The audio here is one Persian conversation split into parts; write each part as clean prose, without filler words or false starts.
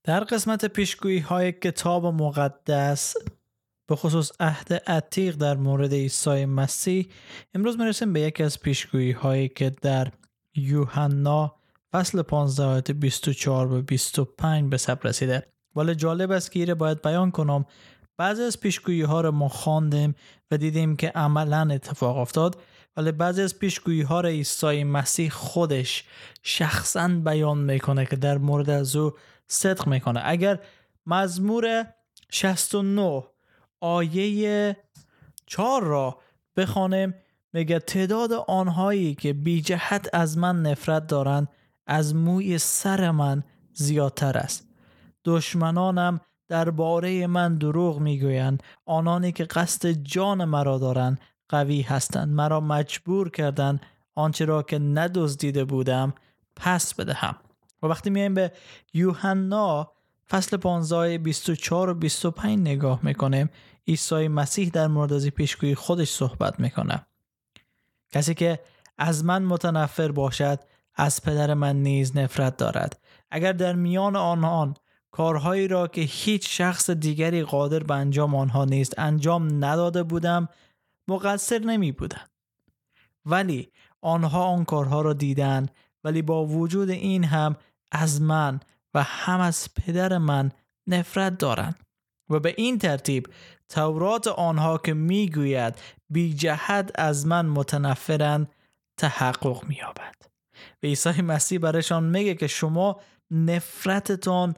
در قسمت پیشگویی های کتاب مقدس به خصوص عهد عتیق در مورد عیسی مسیح، امروز میرسیم به یکی از پیشگویی هایی که در یوحنا فصل 15 آیات 24 به 25 به ثبت رسیده. ولی جالب است که ایره باید بیان کنم بعضی از پیشگویی ها رو ما خواندیم و دیدیم که عملاً اتفاق افتاد، ولی بعضی از پیشگویی ها رو عیسی مسیح خودش شخصاً بیان میکنه که در مورد از او صدق میکنه. اگر مزمور 69 آیه 4 را بخوانیم، میگه تعداد آنهایی که بی جهت از من نفرت دارند از موی سر من زیادتر است. دشمنانم درباره من دروغ میگویند، آنانی که قصد جان مرا دارند قوی هستند. مرا مجبور کردند آنچه را که ندزدیده بودم پس بدهم. و وقتی میایم به یوحنا فصل 15 24 و 25 نگاه میکنیم، عیسی مسیح در مورد از پیشگویی خودش صحبت میکنه. کسی که از من متنفر باشد از پدر من نیز نفرت دارد. اگر در میان آنان کارهایی را که هیچ شخص دیگری قادر به انجام آنها نیست انجام نداده بودم، مقصر نمی بودم. ولی آنها آن کارها را دیدن، ولی با وجود این هم از من و هم از پدر من نفرت دارند. و به این ترتیب تورات آنها که میگوید بی جهت از من متنفرند تحقق می‌یابد. و عیسی مسیح برایشان میگه که شما نفرتتان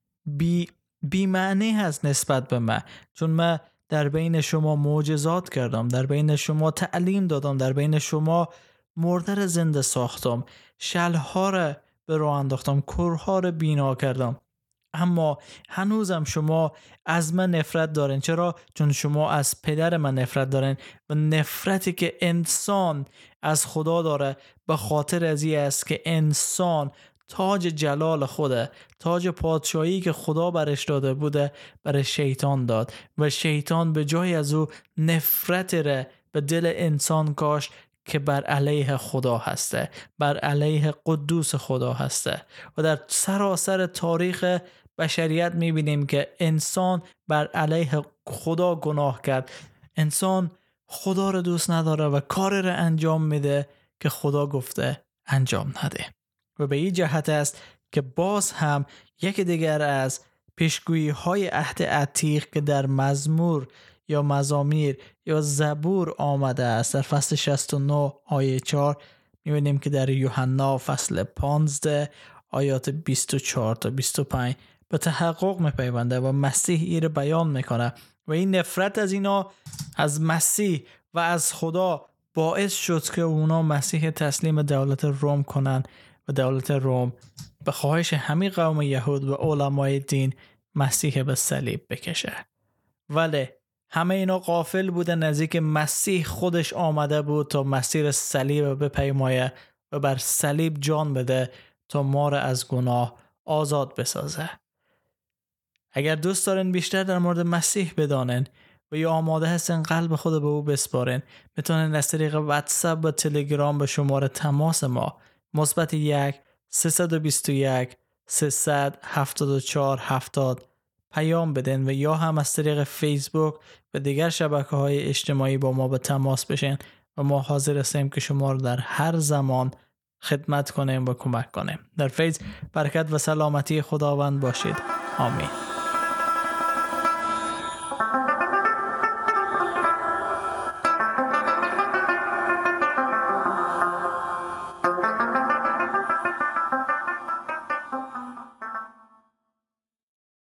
بی معنی هست نسبت به من، چون من در بین شما معجزات کردم، در بین شما تعلیم دادم، در بین شما مرده زنده ساختم، شلها را به راه انداختم، کورها را بینا کردم، اما هنوزم شما از من نفرت دارین. چرا؟ چون شما از پدر من نفرت دارین و نفرتی که انسان از خدا داره به خاطر از این است که انسان تاج جلال خوده، تاج پادشاهی که خدا برش داده بوده برای شیطان داد و شیطان به جای از او نفرت را به دل انسان کاشت که بر علیه خدا هسته، بر علیه قدوس خدا هسته. و در سراسر تاریخ بشریت میبینیم که انسان بر علیه خدا گناه کرد. انسان خدا رو دوست نداره و کار رو انجام میده که خدا گفته انجام نده. و به این جهت است که باز هم یک دیگر از پیشگویی های عهد عتیق که در مزمور یا مزامیر یا زبور آمده است، در فصل 69 آیه 4 میبینیم که در یوحنا فصل 15 آیات 24 تا 25 به تحقق میپیونده و مسیح این رو بیان میکنه. و این نفرت از اینا از مسیح و از خدا باعث شد که اونا مسیح تسلیم دولت روم کنن و دولت روم به خواهش همین قوم یهود و علمای دین مسیح به صلیب بکشه. ولی همه اینا غافل بودن از اینکه مسیح خودش آمده بود تا مسیر صلیب بپیمایه و بر صلیب جان بده تا ما را از گناه آزاد بسازه. اگر دوست دارین بیشتر در مورد مسیح بدانن و یا آماده هستن قلب خود به او بسپارن، میتونن از طریق واتساپ و تلگرام به شماره تماس ما +1 321 374 70 پیام بدن و یا هم از طریق فیسبوک و دیگر شبکه‌های اجتماعی با ما به تماس بشین و ما حاضر هستیم که شما رو در هر زمان خدمت کنیم و کمک کنیم. در فیض برکت و سلامتی خداوند باشید. آمین.